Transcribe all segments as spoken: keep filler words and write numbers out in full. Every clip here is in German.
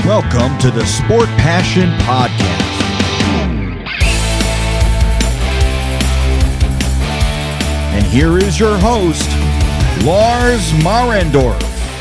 Welcome to the Sport Passion Podcast. And here is your host, Lars Marendorf.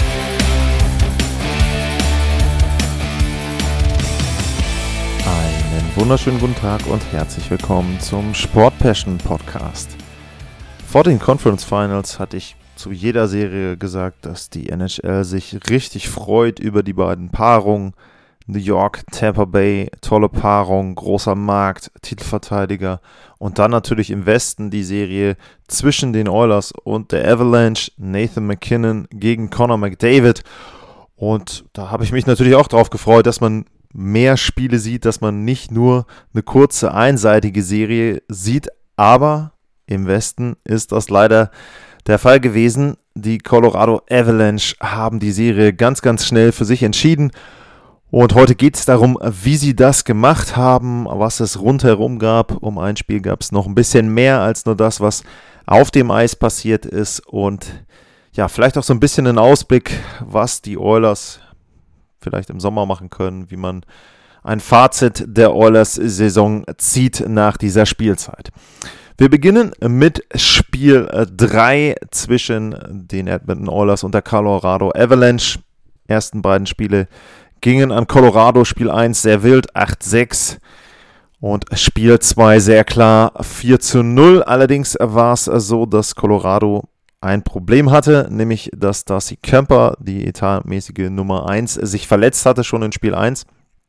Einen wunderschönen guten Tag und herzlich willkommen zum Sport Passion Podcast. Vor den Conference Finals hatte ich zu jeder Serie gesagt, dass die N H L sich richtig freut über die beiden Paarungen. New York, Tampa Bay, tolle Paarung, großer Markt, Titelverteidiger. Und dann natürlich im Westen die Serie zwischen den Oilers und der Avalanche, Nathan MacKinnon gegen Connor McDavid. Und da habe ich mich natürlich auch drauf gefreut, dass man mehr Spiele sieht, dass man nicht nur eine kurze, einseitige Serie sieht. Aber im Westen ist das leider der Fall gewesen. Die Colorado Avalanche haben die Serie ganz, ganz schnell für sich entschieden. Und heute geht es darum, wie sie das gemacht haben, was es rundherum gab. Um ein Spiel gab es noch ein bisschen mehr als nur das, was auf dem Eis passiert ist. Und ja, vielleicht auch so ein bisschen ein Ausblick, was die Oilers vielleicht im Sommer machen können, wie man ein Fazit der Oilers-Saison zieht nach dieser Spielzeit. Wir beginnen mit Spiel drei zwischen den Edmonton Oilers und der Colorado Avalanche. Die ersten beiden Spiele gingen an Colorado, Spiel eins sehr wild, acht sechs und Spiel zwei sehr klar, vier zu null. Allerdings war es so, dass Colorado ein Problem hatte, nämlich dass Darcy Kuemper, die etatmäßige Nummer eins, sich verletzt hatte schon in Spiel eins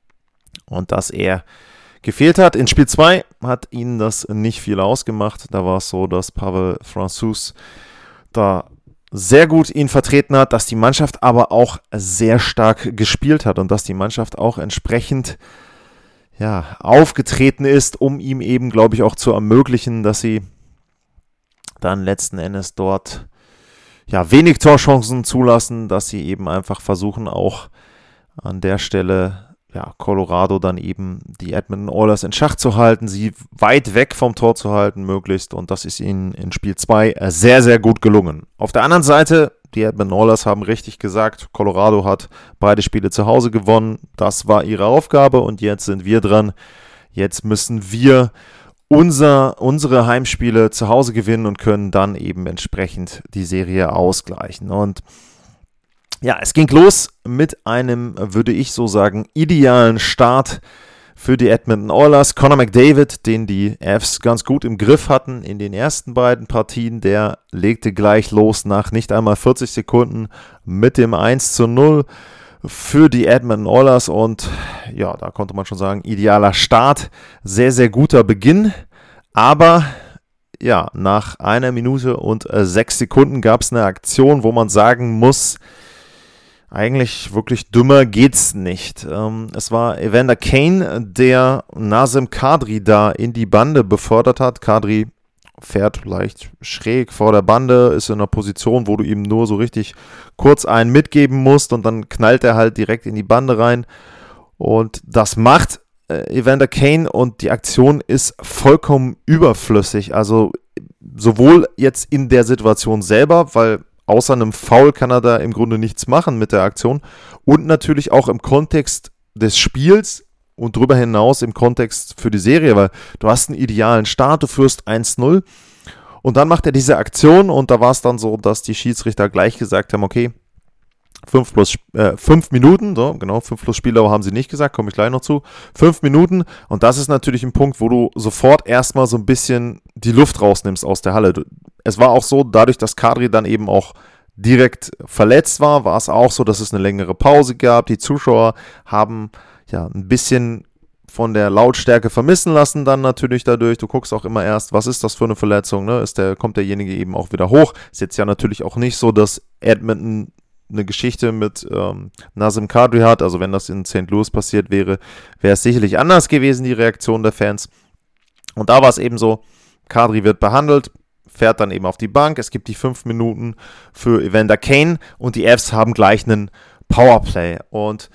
und dass er gefehlt hat. In Spiel zwei hat ihnen das nicht viel ausgemacht. Da war es so, dass Pavel Francouz da sehr gut ihn vertreten hat, dass die Mannschaft aber auch sehr stark gespielt hat und dass die Mannschaft auch entsprechend ja, aufgetreten ist, um ihm eben, glaube ich, auch zu ermöglichen, dass sie dann letzten Endes dort ja, wenig Torchancen zulassen, dass sie eben einfach versuchen, auch an der Stelle ja, Colorado dann eben die Edmonton Oilers in Schach zu halten, sie weit weg vom Tor zu halten möglichst, und das ist ihnen in Spiel zwei sehr, sehr gut gelungen. Auf der anderen Seite, die Edmonton Oilers haben richtig gesagt, Colorado hat beide Spiele zu Hause gewonnen, das war ihre Aufgabe und jetzt sind wir dran. Jetzt müssen wir unser, unsere Heimspiele zu Hause gewinnen und können dann eben entsprechend die Serie ausgleichen. Und ja, es ging los mit einem, würde ich so sagen, idealen Start für die Edmonton Oilers. Connor McDavid, den die Avs ganz gut im Griff hatten in den ersten beiden Partien, der legte gleich los nach nicht einmal vierzig Sekunden mit dem eins zu null für die Edmonton Oilers. Und ja, da konnte man schon sagen, idealer Start, sehr, sehr guter Beginn. Aber ja, nach einer Minute und äh, sechs Sekunden gab es eine Aktion, wo man sagen muss, eigentlich wirklich dümmer geht's nicht. Ähm, es war Evander Kane, der Nazem Kadri da in die Bande befördert hat. Kadri fährt leicht schräg vor der Bande, ist in einer Position, wo du ihm nur so richtig kurz einen mitgeben musst und dann knallt er halt direkt in die Bande rein. Und das macht äh, Evander Kane und die Aktion ist vollkommen überflüssig. Also sowohl jetzt in der Situation selber, weil außer einem Foul kann er da im Grunde nichts machen mit der Aktion. Und natürlich auch im Kontext des Spiels und darüber hinaus im Kontext für die Serie, weil du hast einen idealen Start, du führst eins null und dann macht er diese Aktion und da war es dann so, dass die Schiedsrichter gleich gesagt haben, okay, fünf plus äh, fünf Minuten, so genau, fünf plus Spieldauer haben sie nicht gesagt, komme ich gleich noch zu, fünf Minuten, und das ist natürlich ein Punkt, wo du sofort erstmal so ein bisschen die Luft rausnimmst aus der Halle. Du, Es war auch so, dadurch, dass Kadri dann eben auch direkt verletzt war, war es auch so, dass es eine längere Pause gab. Die Zuschauer haben ja ein bisschen von der Lautstärke vermissen lassen dann natürlich dadurch. Du guckst auch immer erst, was ist das für eine Verletzung, ne? Ist der, kommt derjenige eben auch wieder hoch. Ist jetzt ja natürlich auch nicht so, dass Edmonton eine Geschichte mit ähm, Nazem Kadri hat. Also wenn das in Saint Louis passiert wäre, wäre es sicherlich anders gewesen, die Reaktion der Fans. Und da war es eben so, Kadri wird behandelt, fährt dann eben auf die Bank. Es gibt die fünf Minuten für Evander Kane und die Avs haben gleich einen Powerplay. Und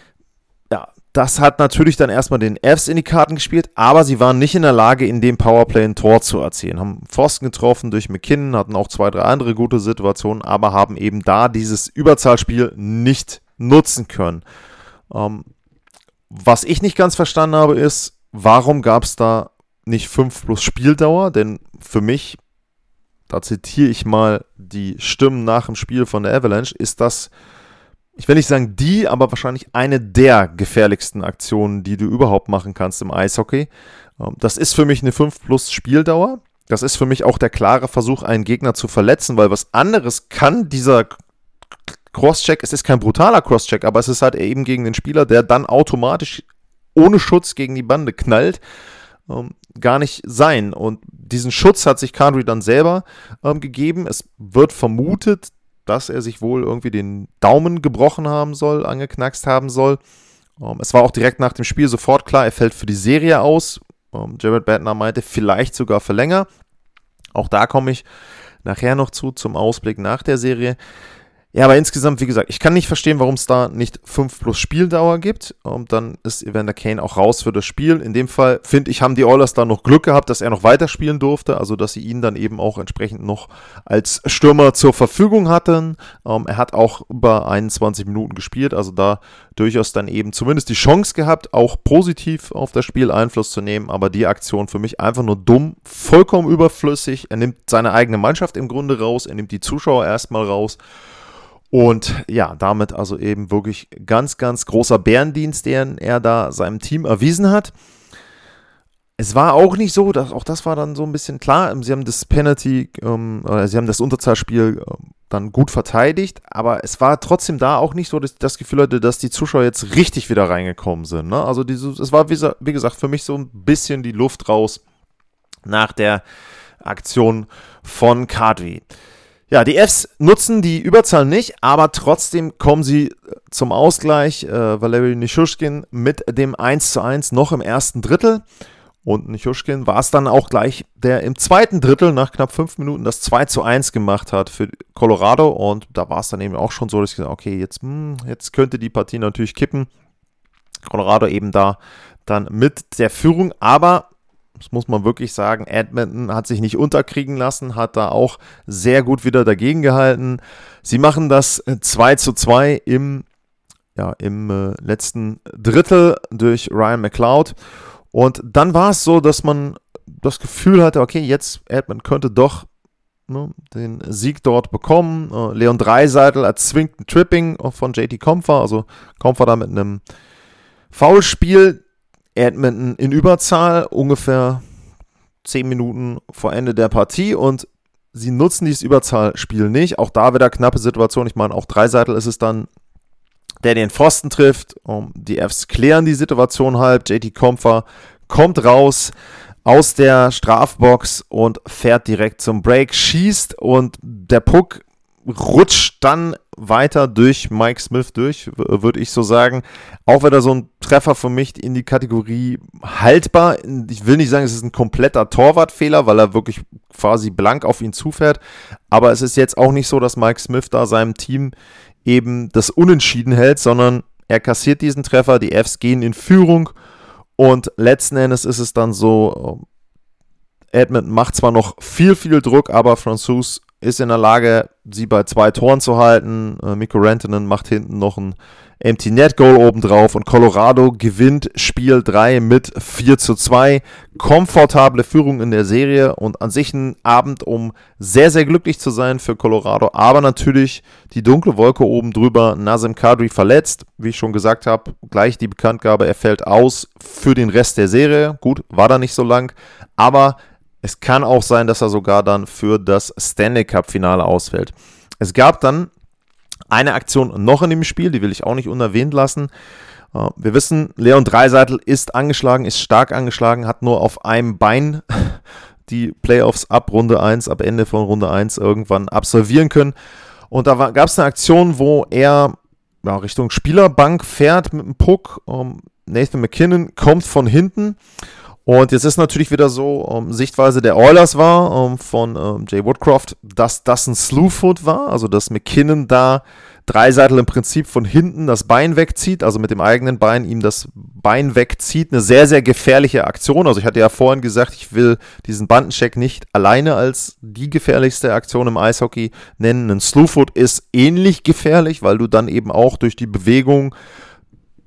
ja, das hat natürlich dann erstmal den Avs in die Karten gespielt, aber sie waren nicht in der Lage, in dem Powerplay ein Tor zu erzielen. Haben Pfosten getroffen durch MacKinnon, hatten auch zwei, drei andere gute Situationen, aber haben eben da dieses Überzahlspiel nicht nutzen können. Ähm, was ich nicht ganz verstanden habe, ist, warum gab es da nicht fünf plus Spieldauer? Denn für mich, da zitiere ich mal die Stimmen nach dem Spiel von der Avalanche, ist das, ich will nicht sagen die, aber wahrscheinlich eine der gefährlichsten Aktionen, die du überhaupt machen kannst im Eishockey. Das ist für mich eine fünf plus Spieldauer. Das ist für mich auch der klare Versuch, einen Gegner zu verletzen, weil was anderes kann dieser Crosscheck, es ist kein brutaler Crosscheck, aber es ist halt eben gegen den Spieler, der dann automatisch ohne Schutz gegen die Bande knallt, ähm, gar nicht sein. Und diesen Schutz hat sich Kadri dann selber ähm, gegeben. Es wird vermutet, dass er sich wohl irgendwie den Daumen gebrochen haben soll, angeknackst haben soll. Ähm, es war auch direkt nach dem Spiel sofort klar, er fällt für die Serie aus. Ähm, Jared Bednar meinte, vielleicht sogar für länger. Auch da komme ich nachher noch zu, zum Ausblick nach der Serie. Ja, aber insgesamt, wie gesagt, ich kann nicht verstehen, warum es da nicht fünf plus Spieldauer gibt. Und dann ist Evander Kane auch raus für das Spiel. In dem Fall, finde ich, haben die Oilers da noch Glück gehabt, dass er noch weiterspielen durfte. Also, dass sie ihn dann eben auch entsprechend noch als Stürmer zur Verfügung hatten. Ähm, er hat auch über einundzwanzig Minuten gespielt. Also da durchaus dann eben zumindest die Chance gehabt, auch positiv auf das Spiel Einfluss zu nehmen. Aber die Aktion für mich einfach nur dumm, vollkommen überflüssig. Er nimmt seine eigene Mannschaft im Grunde raus. Er nimmt die Zuschauer erstmal raus. Und ja, damit also eben wirklich ganz, ganz großer Bärendienst, den er da seinem Team erwiesen hat. Es war auch nicht so, dass, auch das war dann so ein bisschen klar, sie haben das Penalty, ähm, oder sie haben das Unterzahlspiel ähm, dann gut verteidigt, aber es war trotzdem da auch nicht so, dass ich das Gefühl hatte, dass die Zuschauer jetzt richtig wieder reingekommen sind. Ne? Also diese, es war, wie, wie gesagt, für mich so ein bisschen die Luft raus nach der Aktion von Kadri. Ja, die Fs nutzen die Überzahl nicht, aber trotzdem kommen sie zum Ausgleich. Äh, Valeri Nichushkin mit dem eins zu eins noch im ersten Drittel. Und Nichushkin war es dann auch gleich, der im zweiten Drittel nach knapp fünf Minuten das zwei zu eins gemacht hat für Colorado. Und da war es dann eben auch schon so, dass ich gesagt habe, okay, jetzt, hm, jetzt könnte die Partie natürlich kippen. Colorado eben da dann mit der Führung, aber das muss man wirklich sagen, Edmonton hat sich nicht unterkriegen lassen, hat da auch sehr gut wieder dagegen gehalten. Sie machen das zwei zu zwei im, ja, im äh, letzten Drittel durch Ryan McLeod. Und dann war es so, dass man das Gefühl hatte, okay, jetzt Edmonton könnte doch ne, den Sieg dort bekommen. Äh, Leon Draisaitl erzwingt ein Tripping von J T Compher, also Compher da mit einem Foulspiel. Edmonton in Überzahl, ungefähr zehn Minuten vor Ende der Partie und sie nutzen dieses Überzahlspiel nicht. Auch da wieder knappe Situation. Ich meine, auch Draisaitl ist es dann, der den Pfosten trifft. Die Fs klären die Situation halb. J T Compher kommt raus aus der Strafbox und fährt direkt zum Break, schießt und der Puck rutscht dann weiter durch Mike Smith durch, würde ich so sagen. Auch wieder so ein Treffer für mich in die Kategorie haltbar. Ich will nicht sagen, es ist ein kompletter Torwartfehler, weil er wirklich quasi blank auf ihn zufährt. Aber es ist jetzt auch nicht so, dass Mike Smith da seinem Team eben das Unentschieden hält, sondern er kassiert diesen Treffer, die Fs gehen in Führung und letzten Endes ist es dann so, Edmonton macht zwar noch viel, viel Druck, aber Francouz ist in der Lage, sie bei zwei Toren zu halten. Äh, Mikko Rantanen macht hinten noch ein Empty Net Goal obendrauf und Colorado gewinnt Spiel drei mit vier zu zwei. Komfortable Führung in der Serie und an sich ein Abend, um sehr, sehr glücklich zu sein für Colorado. Aber natürlich die dunkle Wolke oben drüber. Nazem Kadri verletzt, wie ich schon gesagt habe. Gleich die Bekanntgabe, er fällt aus für den Rest der Serie. Gut, war da nicht so lang, aber es kann auch sein, dass er sogar dann für das Stanley Cup-Finale ausfällt. Es gab dann eine Aktion noch in dem Spiel, die will ich auch nicht unerwähnt lassen. Wir wissen, Leon Draisaitl ist angeschlagen, ist stark angeschlagen, hat nur auf einem Bein die Playoffs ab Runde eins, ab Ende von Runde eins irgendwann absolvieren können. Und da gab es eine Aktion, wo er ja, Richtung Spielerbank fährt mit dem Puck. Nathan MacKinnon kommt von hinten. Und jetzt ist natürlich wieder so, um, Sichtweise der Oilers war, um, von um, Jay Woodcroft, dass das ein Slewfoot war, also dass MacKinnon da Draisaitl im Prinzip von hinten das Bein wegzieht, also mit dem eigenen Bein ihm das Bein wegzieht. Eine sehr, sehr gefährliche Aktion. Also ich hatte ja vorhin gesagt, ich will diesen Bandencheck nicht alleine als die gefährlichste Aktion im Eishockey nennen. Ein Slewfoot ist ähnlich gefährlich, weil du dann eben auch durch die Bewegung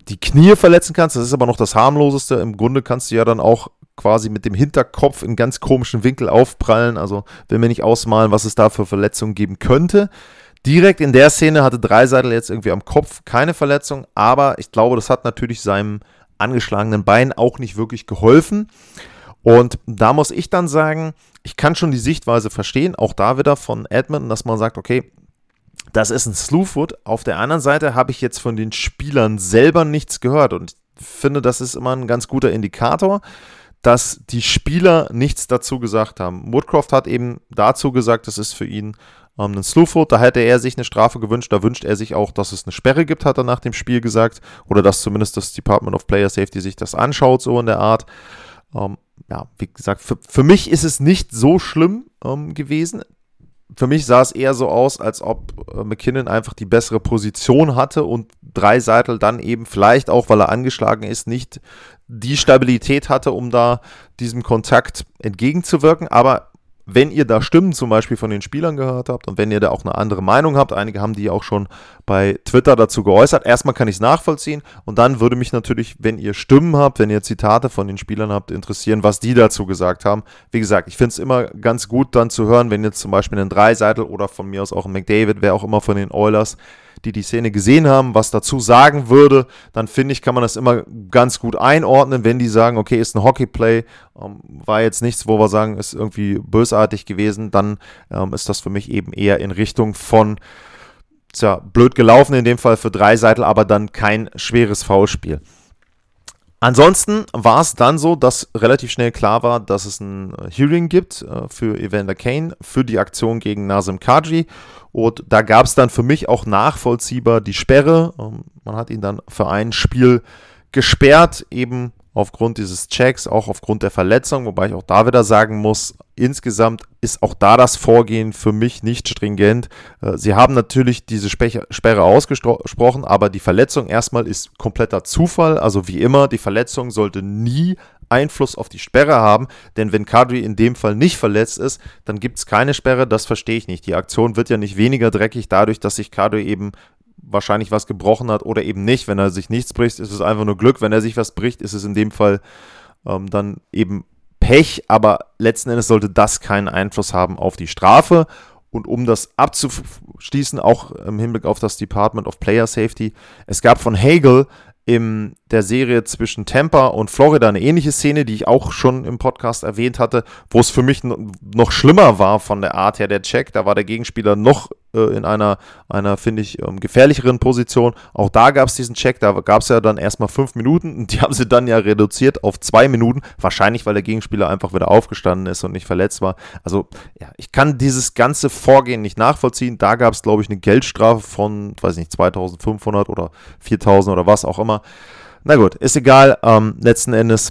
die Knie verletzen kannst. Das ist aber noch das harmloseste. Im Grunde kannst du ja dann auch quasi mit dem Hinterkopf in ganz komischen Winkel aufprallen. Also will mir nicht ausmalen, was es da für Verletzungen geben könnte. Direkt in der Szene hatte Draisaitl jetzt irgendwie am Kopf keine Verletzung, aber ich glaube, das hat natürlich seinem angeschlagenen Bein auch nicht wirklich geholfen. Und da muss ich dann sagen, ich kann schon die Sichtweise verstehen, auch da wieder von Edmonton, dass man sagt, okay, das ist ein Slewfoot. Auf der anderen Seite habe ich jetzt von den Spielern selber nichts gehört und ich finde, das ist immer ein ganz guter Indikator, dass die Spieler nichts dazu gesagt haben. Woodcroft hat eben dazu gesagt, das ist für ihn ähm, ein Slewfoot, da hätte er sich eine Strafe gewünscht, da wünscht er sich auch, dass es eine Sperre gibt, hat er nach dem Spiel gesagt, oder dass zumindest das Department of Player Safety sich das anschaut, so in der Art. Ähm, ja, wie gesagt, für, für mich ist es nicht so schlimm ähm, gewesen. Für mich sah es eher so aus, als ob äh, McKinnon einfach die bessere Position hatte und Draisaitl dann eben vielleicht auch, weil er angeschlagen ist, nicht die Stabilität hatte, um da diesem Kontakt entgegenzuwirken. Aber wenn ihr da Stimmen zum Beispiel von den Spielern gehört habt und wenn ihr da auch eine andere Meinung habt, einige haben die auch schon bei Twitter dazu geäußert, erstmal kann ich es nachvollziehen und dann würde mich natürlich, wenn ihr Stimmen habt, wenn ihr Zitate von den Spielern habt, interessieren, was die dazu gesagt haben. Wie gesagt, ich finde es immer ganz gut dann zu hören, wenn jetzt zum Beispiel ein Draisaitl oder von mir aus auch ein McDavid, wer auch immer von den Oilers, die die Szene gesehen haben, was dazu sagen würde, dann finde ich, kann man das immer ganz gut einordnen, wenn die sagen, okay, ist ein Hockeyplay, ähm, war jetzt nichts, wo wir sagen, ist irgendwie bösartig gewesen, dann ähm, ist das für mich eben eher in Richtung von, tja, blöd gelaufen in dem Fall für Draisaitl, aber dann kein schweres Foulspiel. Ansonsten war es dann so, dass relativ schnell klar war, dass es ein Hearing gibt äh, für Evander Kane, für die Aktion gegen Nazem Kadri. Und da gab es dann für mich auch nachvollziehbar die Sperre. Ähm, man hat ihn dann für ein Spiel gesperrt, eben aufgrund dieses Checks, auch aufgrund der Verletzung, wobei ich auch da wieder sagen muss, insgesamt ist auch da das Vorgehen für mich nicht stringent. Sie haben natürlich diese Sperre ausgesprochen, aber die Verletzung erstmal ist kompletter Zufall, also wie immer, die Verletzung sollte nie Einfluss auf die Sperre haben, denn wenn Kadri in dem Fall nicht verletzt ist, dann gibt es keine Sperre, das verstehe ich nicht. Die Aktion wird ja nicht weniger dreckig dadurch, dass sich Kadri eben wahrscheinlich was gebrochen hat oder eben nicht. Wenn er sich nichts bricht, ist es einfach nur Glück. Wenn er sich was bricht, ist es in dem Fall ähm, dann eben Pech. Aber letzten Endes sollte das keinen Einfluss haben auf die Strafe. Und um das abzuschließen, auch im Hinblick auf das Department of Player Safety, es gab von Hagel in der Serie zwischen Tampa und Florida eine ähnliche Szene, die ich auch schon im Podcast erwähnt hatte, wo es für mich noch schlimmer war von der Art her der Check. Da war der Gegenspieler noch äh, in einer, einer finde ich, ähm, gefährlicheren Position. Auch da gab es diesen Check, da gab es ja dann erstmal fünf Minuten und die haben sie dann ja reduziert auf zwei Minuten. Wahrscheinlich, weil der Gegenspieler einfach wieder aufgestanden ist und nicht verletzt war. Also, ja, ich kann dieses ganze Vorgehen nicht nachvollziehen. Da gab es, glaube ich, eine Geldstrafe von, weiß nicht, zweitausendfünfhundert oder viertausend oder was auch immer. Na gut, ist egal. Ähm, letzten Endes,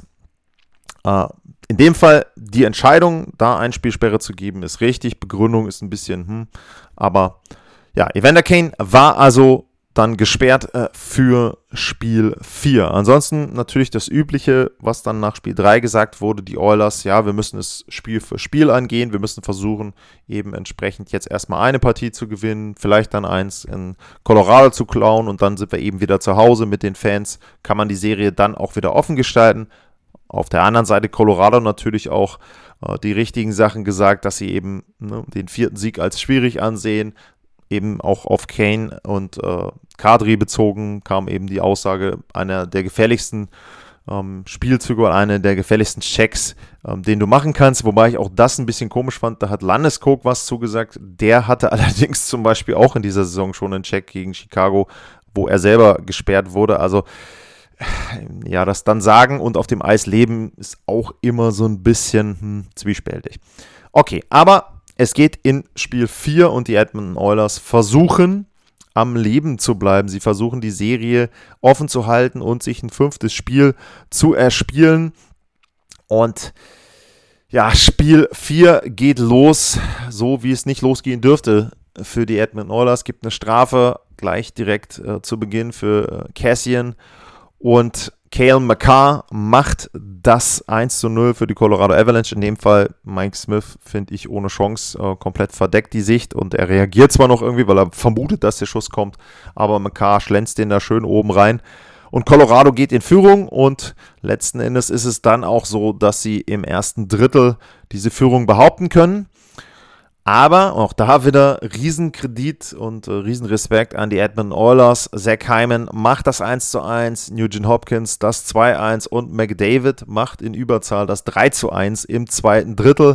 äh, in dem Fall, die Entscheidung, da Einspielsperre zu geben, ist richtig. Begründung ist ein bisschen, hm, aber ja, Evander Kane war also dann gesperrt äh, für Spiel vier. Ansonsten natürlich das Übliche, was dann nach Spiel drei gesagt wurde, die Oilers, ja, wir müssen es Spiel für Spiel angehen, wir müssen versuchen, eben entsprechend jetzt erstmal eine Partie zu gewinnen, vielleicht dann eins in Colorado zu klauen und dann sind wir eben wieder zu Hause mit den Fans, kann man die Serie dann auch wieder offen gestalten. Auf der anderen Seite Colorado natürlich auch äh, die richtigen Sachen gesagt, dass sie eben ne, den vierten Sieg als schwierig ansehen, eben auch auf Kane und äh, Kadri bezogen kam eben die Aussage, einer der gefährlichsten ähm, Spielzüge oder einer der gefährlichsten Checks, ähm, den du machen kannst, wobei ich auch das ein bisschen komisch fand, da hat Landeskog was zugesagt, der hatte allerdings zum Beispiel auch in dieser Saison schon einen Check gegen Chicago, wo er selber gesperrt wurde, also ja, das dann sagen und auf dem Eis leben ist auch immer so ein bisschen hm, zwiespältig. Okay, aber es geht in Spiel vier und die Edmonton Oilers versuchen am Leben zu bleiben. Sie versuchen die Serie offen zu halten und sich ein fünftes Spiel zu erspielen. Und ja, Spiel vier geht los, so wie es nicht losgehen dürfte für die Edmonton Oilers. Es gibt eine Strafe gleich direkt äh, zu Beginn für äh, Kassian. Und Cale Makar macht das eins zu null für die Colorado Avalanche. In dem Fall Mike Smith, finde ich, ohne Chance, äh, komplett verdeckt die Sicht. Und er reagiert zwar noch irgendwie, weil er vermutet, dass der Schuss kommt, aber Makar schlänzt den da schön oben rein. Und Colorado geht in Führung und letzten Endes ist es dann auch so, dass sie im ersten Drittel diese Führung behaupten können. Aber auch da wieder Riesenkredit und äh, Riesenrespekt an die Edmonton Oilers. Zach Hyman macht das eins zu eins, Nugent Hopkins das zwei eins und McDavid macht in Überzahl das drei zu eins im zweiten Drittel.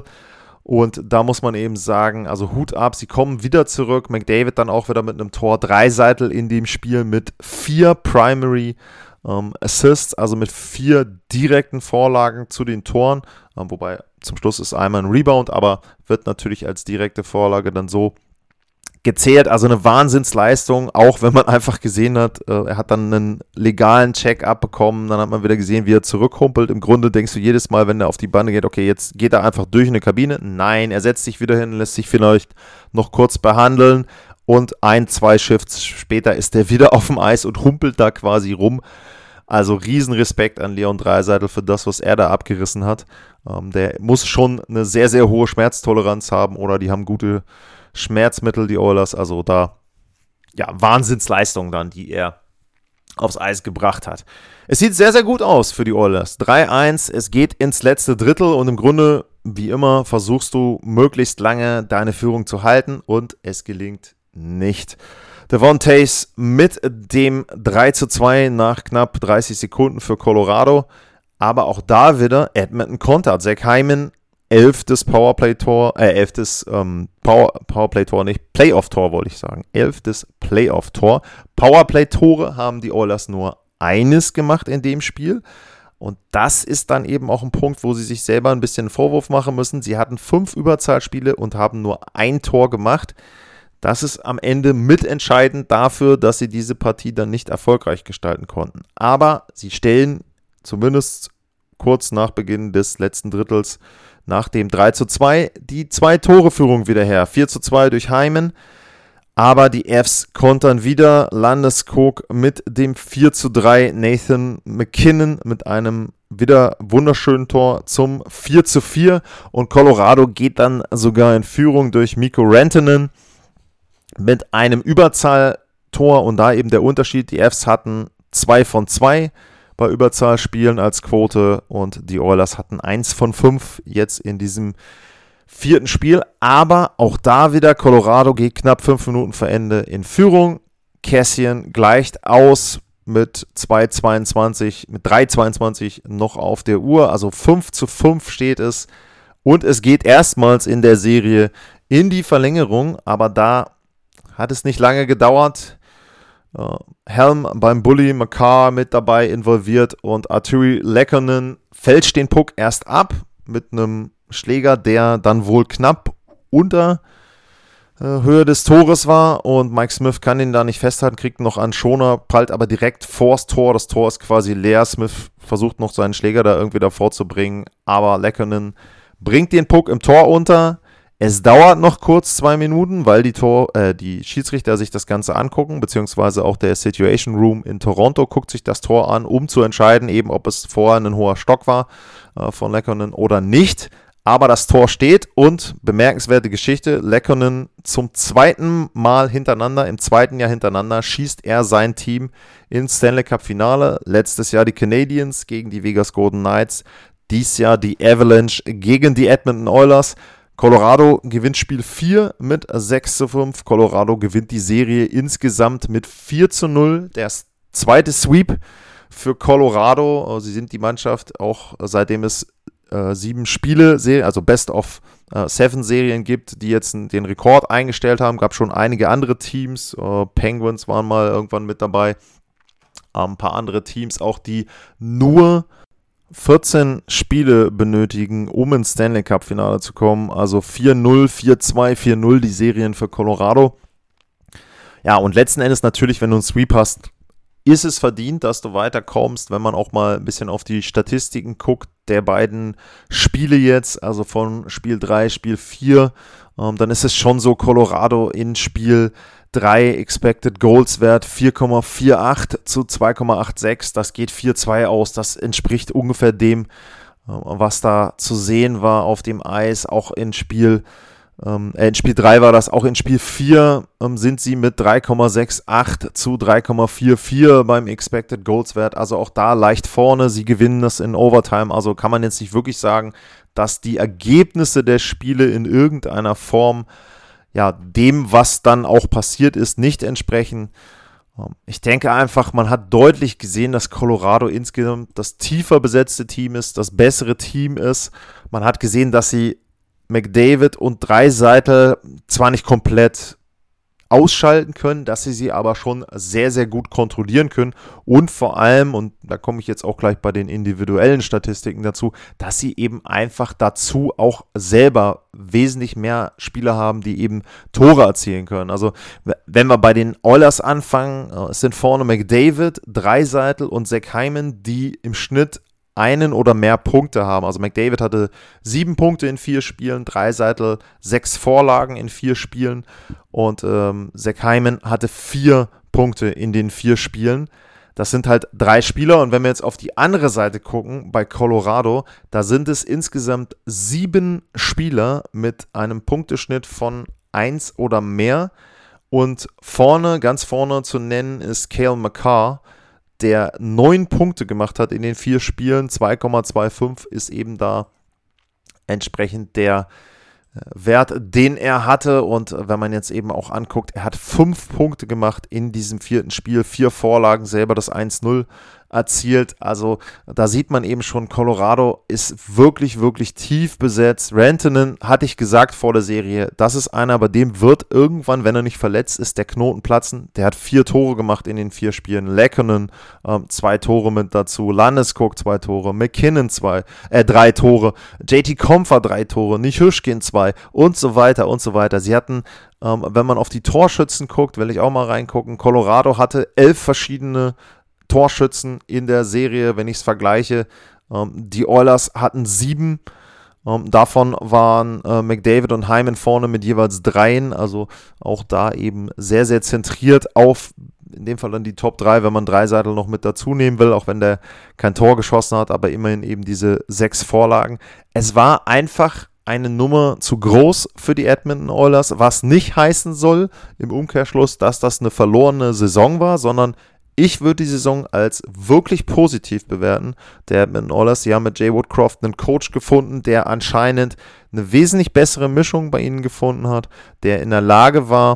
Und da muss man eben sagen, also Hut ab, sie kommen wieder zurück. McDavid dann auch wieder mit einem Tor, Dreiseitel in dem Spiel mit vier Primary ähm, Assists, also mit vier direkten Vorlagen zu den Toren, ähm, wobei zum Schluss ist einmal ein Rebound, aber wird natürlich als direkte Vorlage dann so gezählt. Also eine Wahnsinnsleistung, auch wenn man einfach gesehen hat, äh, er hat dann einen legalen Check-up bekommen, dann hat man wieder gesehen, wie er zurückhumpelt. Im Grunde denkst du jedes Mal, wenn er auf die Bande geht, okay, jetzt geht er einfach durch eine Kabine. Nein, er setzt sich wieder hin, lässt sich vielleicht noch kurz behandeln und ein, zwei Shifts später ist er wieder auf dem Eis und humpelt da quasi rum. Also Riesenrespekt an Leon Draisaitl für das, was er da abgerissen hat. Ähm, der muss schon eine sehr, sehr hohe Schmerztoleranz haben oder die haben gute Schmerzmittel, die Oilers. Also da, ja, Wahnsinnsleistung dann, die er aufs Eis gebracht hat. Es sieht sehr, sehr gut aus für die Oilers. drei eins, es geht ins letzte Drittel und im Grunde, wie immer, versuchst du möglichst lange deine Führung zu halten und es gelingt nicht. Devon Toews mit dem drei zu zwei nach knapp dreißig Sekunden für Colorado. Aber auch da wieder Edmonton kontert. Zach Hyman, elftes Powerplay-Tor, äh, elftes ähm, Power, Powerplay-Tor, nicht, Playoff-Tor wollte ich sagen. Elftes Playoff-Tor. Powerplay-Tore haben die Oilers nur eines gemacht in dem Spiel. Und das ist dann eben auch ein Punkt, wo sie sich selber ein bisschen einen Vorwurf machen müssen. Sie hatten fünf Überzahlspiele und haben nur ein Tor gemacht. Das ist am Ende mitentscheidend dafür, dass sie diese Partie dann nicht erfolgreich gestalten konnten. Aber sie stellen zumindest kurz nach Beginn des letzten Drittels nach dem drei zu zwei die Zwei-Tore-Führung wieder her. vier zu zwei durch Hyman. Aber die Fs kontern wieder. Landeskog mit dem vier zu drei. Nathan MacKinnon mit einem wieder wunderschönen Tor zum vier zu vier. Und Colorado geht dann sogar in Führung durch Mikko Rantanen mit einem Überzahltor. Und da eben der Unterschied, die Fs hatten zwei von zwei bei Überzahlspielen als Quote und die Oilers hatten eins von fünf jetzt in diesem vierten Spiel. Aber auch da wieder, Colorado geht knapp fünf Minuten vor Ende in Führung. Kassian gleicht aus mit zwei zweiundzwanzig, mit drei zweiundzwanzig noch auf der Uhr. Also fünf zu fünf steht es. Und es geht erstmals in der Serie in die Verlängerung. Aber da hat es nicht lange gedauert. Uh, Helm beim Bully, Makar mit dabei involviert und Arturi Lekkonen fälscht den Puck erst ab mit einem Schläger, der dann wohl knapp unter äh, Höhe des Tores war und Mike Smith kann ihn da nicht festhalten, kriegt noch einen Schoner, prallt aber direkt vors Tor, das Tor ist quasi leer, Smith versucht noch seinen Schläger da irgendwie davor zu bringen, aber Lekkonen bringt den Puck im Tor unter. Es dauert noch kurz zwei Minuten, weil die, Tor, äh, die Schiedsrichter sich das Ganze angucken, beziehungsweise auch der Situation Room in Toronto guckt sich das Tor an, um zu entscheiden, eben ob es vorher ein hoher Stock war äh, von Lekkonen oder nicht. Aber das Tor steht und, bemerkenswerte Geschichte, Lekkonen zum zweiten Mal hintereinander, im zweiten Jahr hintereinander, schießt er sein Team ins Stanley Cup Finale. Letztes Jahr die Canadiens gegen die Vegas Golden Knights, dies Jahr die Avalanche gegen die Edmonton Oilers. Colorado gewinnt Spiel vier mit sechs zu fünf. Colorado gewinnt die Serie insgesamt mit vier zu null. Der zweite Sweep für Colorado. Sie sind die Mannschaft, auch seitdem es äh, sieben Spiele, also Best of äh, Seven Serien gibt, die jetzt den Rekord eingestellt haben. Gab schon einige andere Teams. Äh, Penguins waren mal irgendwann mit dabei. Äh, ein paar andere Teams auch, die nur vierzehn Spiele benötigen, um ins Stanley Cup Finale zu kommen. Also vier null, vier zwei, vier null die Serien für Colorado. Ja, und letzten Endes natürlich, wenn du einen Sweep hast, ist es verdient, dass du weiterkommst, wenn man auch mal ein bisschen auf die Statistiken guckt, der beiden Spiele jetzt, also von Spiel drei, Spiel vier, ähm, dann ist es schon so, Colorado in Spiel drei Expected Goals Wert vier Komma achtundvierzig zu zwei Komma sechsundachtzig, das geht vier zwei aus, das entspricht ungefähr dem, was da zu sehen war auf dem Eis, auch in Spiel Ähm, in Spiel drei war das, auch in Spiel vier ähm, sind sie mit drei Komma achtundsiebzig zu drei Komma vierundvierzig beim Expected Goals Wert, also auch da leicht vorne, sie gewinnen das in Overtime, also kann man jetzt nicht wirklich sagen, dass die Ergebnisse der Spiele in irgendeiner Form ja dem, was dann auch passiert ist, nicht entsprechen. Ähm, ich denke einfach, man hat deutlich gesehen, dass Colorado insgesamt das tiefer besetzte Team ist, das bessere Team ist. Man hat gesehen, dass sie McDavid und Draisaitl zwar nicht komplett ausschalten können, dass sie sie aber schon sehr, sehr gut kontrollieren können und vor allem, und da komme ich jetzt auch gleich bei den individuellen Statistiken dazu, dass sie eben einfach dazu auch selber wesentlich mehr Spieler haben, die eben Tore erzielen können. Also wenn wir bei den Oilers anfangen, es sind vorne McDavid, Draisaitl und Zach Hyman, die im Schnitt einen oder mehr Punkte haben. Also McDavid hatte sieben Punkte in vier Spielen, Draisaitl sechs Vorlagen in vier Spielen und ähm, Zach Hyman hatte vier Punkte in den vier Spielen. Das sind halt drei Spieler und wenn wir jetzt auf die andere Seite gucken, bei Colorado, da sind es insgesamt sieben Spieler mit einem Punkteschnitt von eins oder mehr und vorne, ganz vorne zu nennen ist Cale Makar, der neun Punkte gemacht hat in den vier Spielen, zwei Komma fünfundzwanzig ist eben da entsprechend der äh, Wert, den er hatte. Und wenn man jetzt eben auch anguckt, er hat fünf Punkte gemacht in diesem vierten Spiel, vier Vorlagen, selber das eins null erzielt. Also da sieht man eben schon, Colorado ist wirklich, wirklich tief besetzt. Rantanen, hatte ich gesagt vor der Serie, das ist einer, bei dem wird irgendwann, wenn er nicht verletzt ist, der Knoten platzen. Der hat vier Tore gemacht in den vier Spielen. Lekkonen, ähm, zwei Tore mit dazu. Landeskog, zwei Tore. McKinnon, zwei, äh, drei Tore. J T Compher, drei Tore. Nichushkin, zwei und so weiter und so weiter. Sie hatten, ähm, wenn man auf die Torschützen guckt, will ich auch mal reingucken, Colorado hatte elf verschiedene Torschützen in der Serie, wenn ich es vergleiche. Ähm, die Oilers hatten sieben. Ähm, davon waren äh, McDavid und Hyman vorne mit jeweils dreien. Also auch da eben sehr, sehr zentriert auf, in dem Fall dann die Top drei, wenn man Draisaitl noch mit dazu nehmen will, auch wenn der kein Tor geschossen hat, aber immerhin eben diese sechs Vorlagen. Es war einfach eine Nummer zu groß für die Edmonton Oilers, was nicht heißen soll im Umkehrschluss, dass das eine verlorene Saison war, sondern ich würde die Saison als wirklich positiv bewerten. Der Edmonton Oilers, die haben mit Jay Woodcroft einen Coach gefunden, der anscheinend eine wesentlich bessere Mischung bei ihnen gefunden hat, der in der Lage war,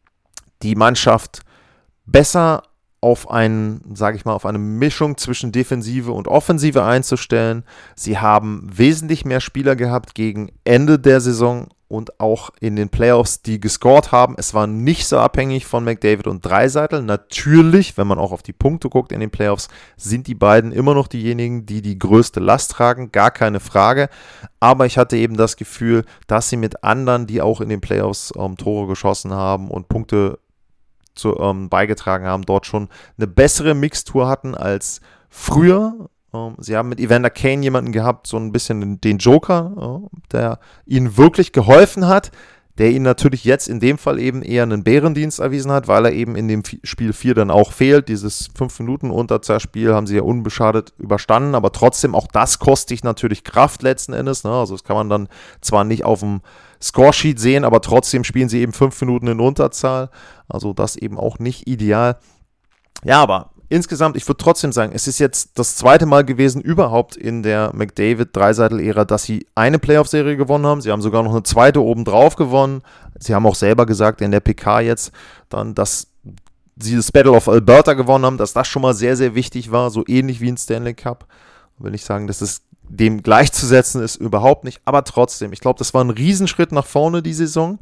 die Mannschaft besser auf einen, sage ich mal, auf eine Mischung zwischen Defensive und Offensive einzustellen. Sie haben wesentlich mehr Spieler gehabt gegen Ende der Saison und auch in den Playoffs, die gescored haben. Es war nicht so abhängig von McDavid und Draisaitl. Natürlich, wenn man auch auf die Punkte guckt in den Playoffs, sind die beiden immer noch diejenigen, die die größte Last tragen, gar keine Frage. Aber ich hatte eben das Gefühl, dass sie mit anderen, die auch in den Playoffs ähm, Tore geschossen haben und Punkte zu, ähm, beigetragen haben, dort schon eine bessere Mixtur hatten als früher. Sie haben mit Evander Kane jemanden gehabt, so ein bisschen den Joker, der ihnen wirklich geholfen hat, der ihnen natürlich jetzt in dem Fall eben eher einen Bärendienst erwiesen hat, weil er eben in dem Spiel vier dann auch fehlt. Dieses fünf Minuten Unterzahlspiel haben sie ja unbeschadet überstanden, aber trotzdem, auch das kostet dich natürlich Kraft letzten Endes. Ne? Also das kann man dann zwar nicht auf dem Scoresheet sehen, aber trotzdem spielen sie eben fünf Minuten in Unterzahl. Also das eben auch nicht ideal. Ja, aber insgesamt, ich würde trotzdem sagen, es ist jetzt das zweite Mal gewesen überhaupt in der McDavid-Draisaitl-Ära, dass sie eine Playoff-Serie gewonnen haben. Sie haben sogar noch eine zweite obendrauf gewonnen. Sie haben auch selber gesagt in der P K jetzt dann, dass sie das Battle of Alberta gewonnen haben, dass das schon mal sehr, sehr wichtig war, so ähnlich wie ein Stanley Cup. Will ich sagen, dass es dem gleichzusetzen ist, überhaupt nicht. Aber trotzdem, ich glaube, das war ein Riesenschritt nach vorne, die Saison.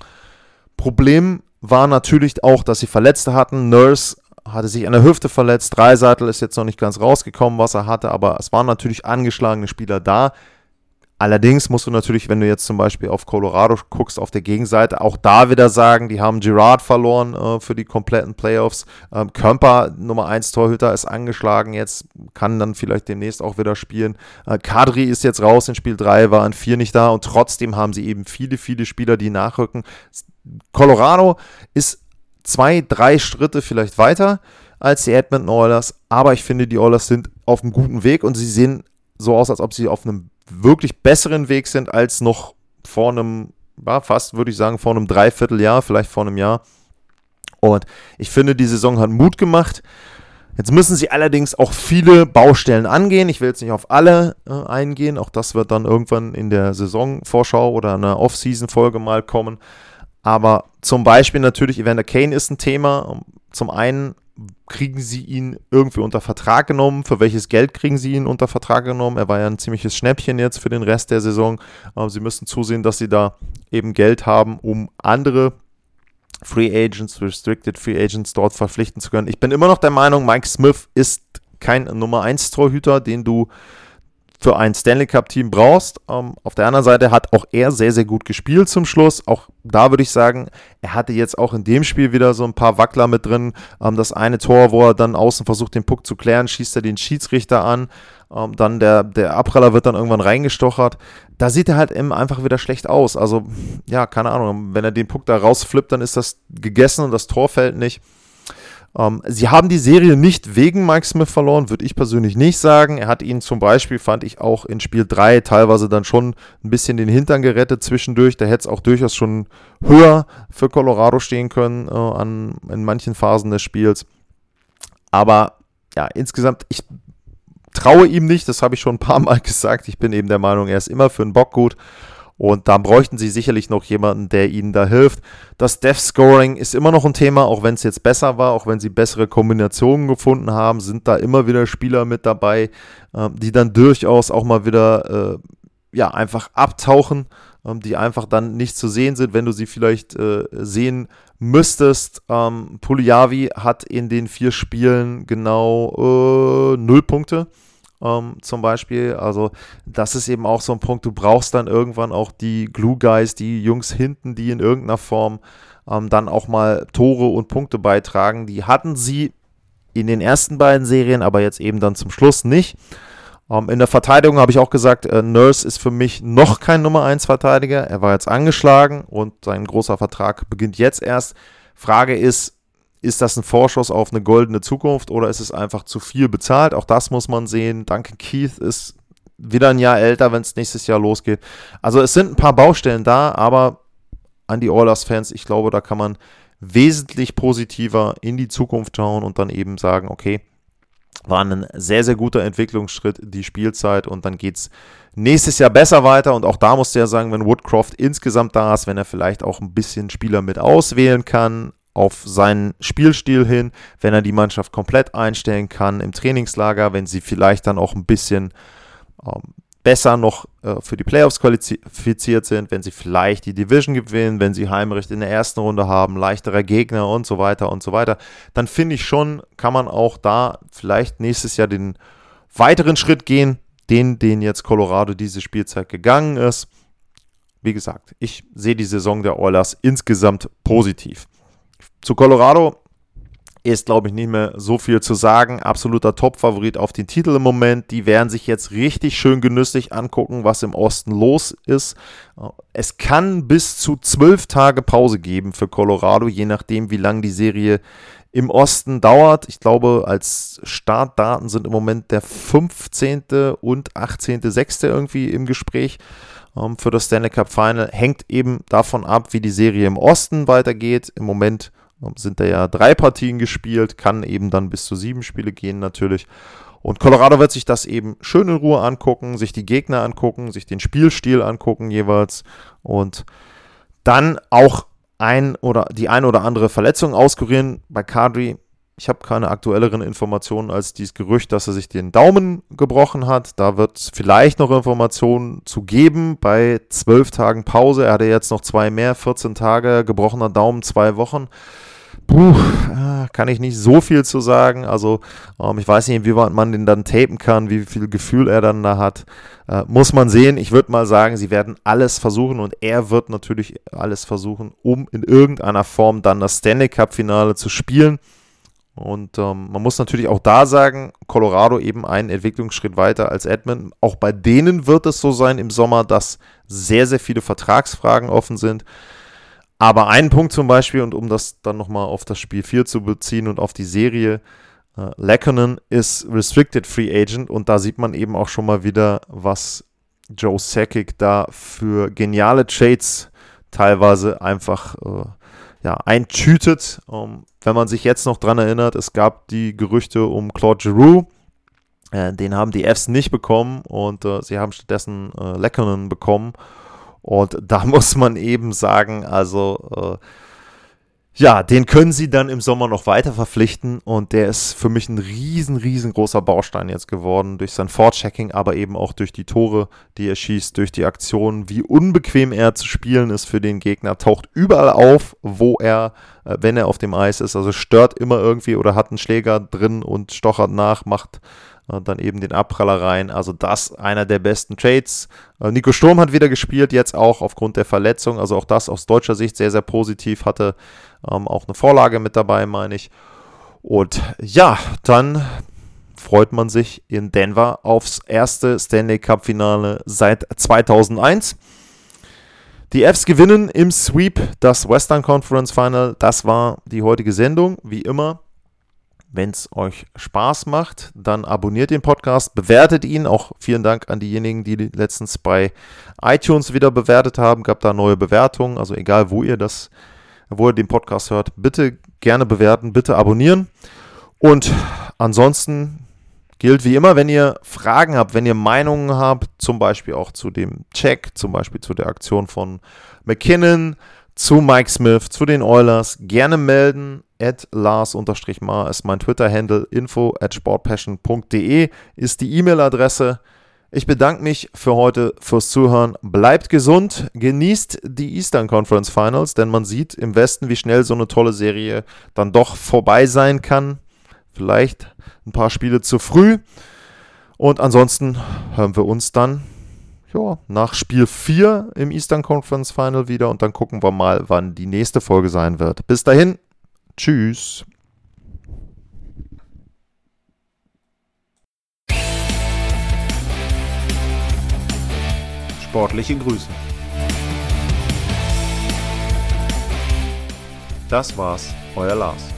Problem war natürlich auch, dass sie Verletzte hatten. Nurse hatte sich an der Hüfte verletzt. Draisaitl ist jetzt noch nicht ganz rausgekommen, was er hatte, aber es waren natürlich angeschlagene Spieler da. Allerdings musst du natürlich, wenn du jetzt zum Beispiel auf Colorado guckst, auf der Gegenseite, auch da wieder sagen, die haben Girard verloren äh, für die kompletten Playoffs. Ähm, Kömper, Nummer eins Torhüter, ist angeschlagen jetzt, kann dann vielleicht demnächst auch wieder spielen. Äh, Kadri ist jetzt raus in Spiel drei, war in vier nicht da und trotzdem haben sie eben viele, viele Spieler, die nachrücken. Colorado ist zwei, drei Schritte vielleicht weiter als die Edmonton Oilers, aber ich finde, die Oilers sind auf einem guten Weg und sie sehen so aus, als ob sie auf einem wirklich besseren Weg sind als noch vor einem war fast, würde ich sagen, vor einem Dreivierteljahr, vielleicht vor einem Jahr. Und ich finde, die Saison hat Mut gemacht. Jetzt müssen sie allerdings auch viele Baustellen angehen. Ich will jetzt nicht auf alle äh, eingehen. Auch das wird dann irgendwann in der Saisonvorschau oder einer Off-Season-Folge mal kommen. Aber zum Beispiel natürlich, Evander Kane ist ein Thema. Zum einen kriegen sie ihn irgendwie unter Vertrag genommen. Für welches Geld kriegen sie ihn unter Vertrag genommen? Er war ja ein ziemliches Schnäppchen jetzt für den Rest der Saison. Aber sie müssen zusehen, dass sie da eben Geld haben, um andere Free Agents, Restricted Free Agents dort verpflichten zu können. Ich bin immer noch der Meinung, Mike Smith ist kein Nummer eins Torhüter, den du für ein Stanley Cup Team brauchst. Ähm, auf der anderen Seite hat auch er sehr, sehr gut gespielt zum Schluss. Auch da würde ich sagen, er hatte jetzt auch in dem Spiel wieder so ein paar Wackler mit drin. Ähm, das eine Tor, wo er dann außen versucht, den Puck zu klären, schießt er den Schiedsrichter an. Ähm, dann der, der Abpraller wird dann irgendwann reingestochert. Da sieht er halt eben einfach wieder schlecht aus. Also, ja, keine Ahnung, wenn er den Puck da rausflippt, dann ist das gegessen und das Tor fällt nicht. Ähm, sie haben die Serie nicht wegen Mike Smith verloren, würde ich persönlich nicht sagen. Er hat ihnen zum Beispiel, fand ich auch in Spiel drei teilweise dann schon ein bisschen den Hintern gerettet zwischendurch. Da hätte es auch durchaus schon höher für Colorado stehen können äh, an, in manchen Phasen des Spiels. Aber ja, insgesamt, ich traue ihm nicht, das habe ich schon ein paar Mal gesagt. Ich bin eben der Meinung, er ist immer für einen Bock gut. Und da bräuchten sie sicherlich noch jemanden, der ihnen da hilft. Das Death-Scoring ist immer noch ein Thema, auch wenn es jetzt besser war, auch wenn sie bessere Kombinationen gefunden haben, sind da immer wieder Spieler mit dabei, äh, die dann durchaus auch mal wieder äh, ja, einfach abtauchen, äh, die einfach dann nicht zu sehen sind, wenn du sie vielleicht äh, sehen müsstest. Ähm, Puljujarvi hat in den vier Spielen genau äh, null Punkte. Um, zum Beispiel, also das ist eben auch so ein Punkt, du brauchst dann irgendwann auch die Glue Guys, die Jungs hinten, die in irgendeiner Form um, dann auch mal Tore und Punkte beitragen. Die hatten sie in den ersten beiden Serien, aber jetzt eben dann zum Schluss nicht. Um, in der Verteidigung habe ich auch gesagt, äh, Nurse ist für mich noch kein Nummer eins Verteidiger. Er war jetzt angeschlagen und sein großer Vertrag beginnt jetzt erst. Frage ist, ist das ein Vorschuss auf eine goldene Zukunft oder ist es einfach zu viel bezahlt? Auch das muss man sehen. Duncan Keith ist wieder ein Jahr älter, wenn es nächstes Jahr losgeht. Also es sind ein paar Baustellen da, aber an die Oilers-Fans, ich glaube, da kann man wesentlich positiver in die Zukunft schauen und dann eben sagen, okay, war ein sehr, sehr guter Entwicklungsschritt, die Spielzeit, und dann geht es nächstes Jahr besser weiter. Und auch da musst du ja sagen, wenn Woodcroft insgesamt da ist, wenn er vielleicht auch ein bisschen Spieler mit auswählen kann, auf seinen Spielstil hin, wenn er die Mannschaft komplett einstellen kann im Trainingslager, wenn sie vielleicht dann auch ein bisschen ähm, besser noch äh, für die Playoffs qualifiziert sind, wenn sie vielleicht die Division gewinnen, wenn sie Heimrecht in der ersten Runde haben, leichterer Gegner und so weiter und so weiter, dann finde ich schon, kann man auch da vielleicht nächstes Jahr den weiteren Schritt gehen, den, den jetzt Colorado diese Spielzeit gegangen ist. Wie gesagt, ich sehe die Saison der Oilers insgesamt positiv. Zu Colorado ist, glaube ich, nicht mehr so viel zu sagen. Absoluter Top-Favorit auf den Titel im Moment. Die werden sich jetzt richtig schön genüsslich angucken, was im Osten los ist. Es kann bis zu zwölf Tage Pause geben für Colorado, je nachdem, wie lange die Serie im Osten dauert. Ich glaube, als Startdaten sind im Moment der fünfzehnte und achtzehnte sechste irgendwie im Gespräch um, für das Stanley Cup Final. Hängt eben davon ab, wie die Serie im Osten weitergeht. Im Moment sind da ja drei Partien gespielt, kann eben dann bis zu sieben Spiele gehen natürlich. Und Colorado wird sich das eben schön in Ruhe angucken, sich die Gegner angucken, sich den Spielstil angucken jeweils und dann auch ein oder die ein oder andere Verletzung auskurieren. Bei Kadri, ich habe keine aktuelleren Informationen als dieses Gerücht, dass er sich den Daumen gebrochen hat. Da wird es vielleicht noch Informationen zu geben bei zwölf Tagen Pause. Er hatte jetzt noch zwei mehr, vierzehn Tage, gebrochener Daumen, zwei Wochen. Puh, kann ich nicht so viel zu sagen. Also ähm, ich weiß nicht, inwieweit man den dann tapen kann, wie viel Gefühl er dann da hat. Äh, muss man sehen. Ich würde mal sagen, sie werden alles versuchen und er wird natürlich alles versuchen, um in irgendeiner Form dann das Stanley Cup Finale zu spielen. Und ähm, man muss natürlich auch da sagen, Colorado eben einen Entwicklungsschritt weiter als Edmonton. Auch bei denen wird es so sein im Sommer, dass sehr, sehr viele Vertragsfragen offen sind. Aber ein Punkt zum Beispiel, und um das dann nochmal auf das Spiel vier zu beziehen und auf die Serie, äh, Lehkonen ist Restricted Free Agent und da sieht man eben auch schon mal wieder, was Joe Sakic da für geniale Trades teilweise einfach äh, ja, eintütet. Ähm, wenn man sich jetzt noch dran erinnert, es gab die Gerüchte um Claude Giroux. Äh, den haben die Fs nicht bekommen und äh, sie haben stattdessen äh, Lekkonen bekommen. Und da muss man eben sagen, also äh, ja, den können sie dann im Sommer noch weiter verpflichten und der ist für mich ein riesen, riesengroßer Baustein jetzt geworden durch sein Forechecking, aber eben auch durch die Tore, die er schießt, durch die Aktionen, wie unbequem er zu spielen ist für den Gegner, taucht überall auf, wo er, äh, wenn er auf dem Eis ist, also stört immer irgendwie oder hat einen Schläger drin und stochert nach, macht äh, dann eben den Abpraller rein, also das einer der besten Trades. Äh, Nico Sturm hat wieder gespielt, jetzt auch aufgrund der Verletzung, also auch das aus deutscher Sicht sehr, sehr positiv, hatte Ähm, auch eine Vorlage mit dabei, meine ich. Und ja, dann freut man sich in Denver aufs erste Stanley Cup Finale seit zweitausendeins. Die Fs gewinnen im Sweep das Western Conference Final. Das war die heutige Sendung, wie immer. Wenn es euch Spaß macht, dann abonniert den Podcast, bewertet ihn. Auch vielen Dank an diejenigen, die letztens bei iTunes wieder bewertet haben. Gab da neue Bewertungen, also egal wo ihr das wo ihr den Podcast hört, bitte gerne bewerten, bitte abonnieren. Und ansonsten gilt wie immer, wenn ihr Fragen habt, wenn ihr Meinungen habt, zum Beispiel auch zu dem Check, zum Beispiel zu der Aktion von McKinnon, zu Mike Smith, zu den Oilers, gerne melden. at Lars-Mar ist mein Twitter-Handle, info at sportpassion punkt de ist die E-Mail-Adresse. Ich bedanke mich für heute fürs Zuhören. Bleibt gesund, genießt die Eastern Conference Finals, denn man sieht im Westen, wie schnell so eine tolle Serie dann doch vorbei sein kann. Vielleicht ein paar Spiele zu früh. Und ansonsten hören wir uns dann ja, nach Spiel vier im Eastern Conference Final wieder und dann gucken wir mal, wann die nächste Folge sein wird. Bis dahin, tschüss. Sportliche Grüße. Das war's, euer Lars.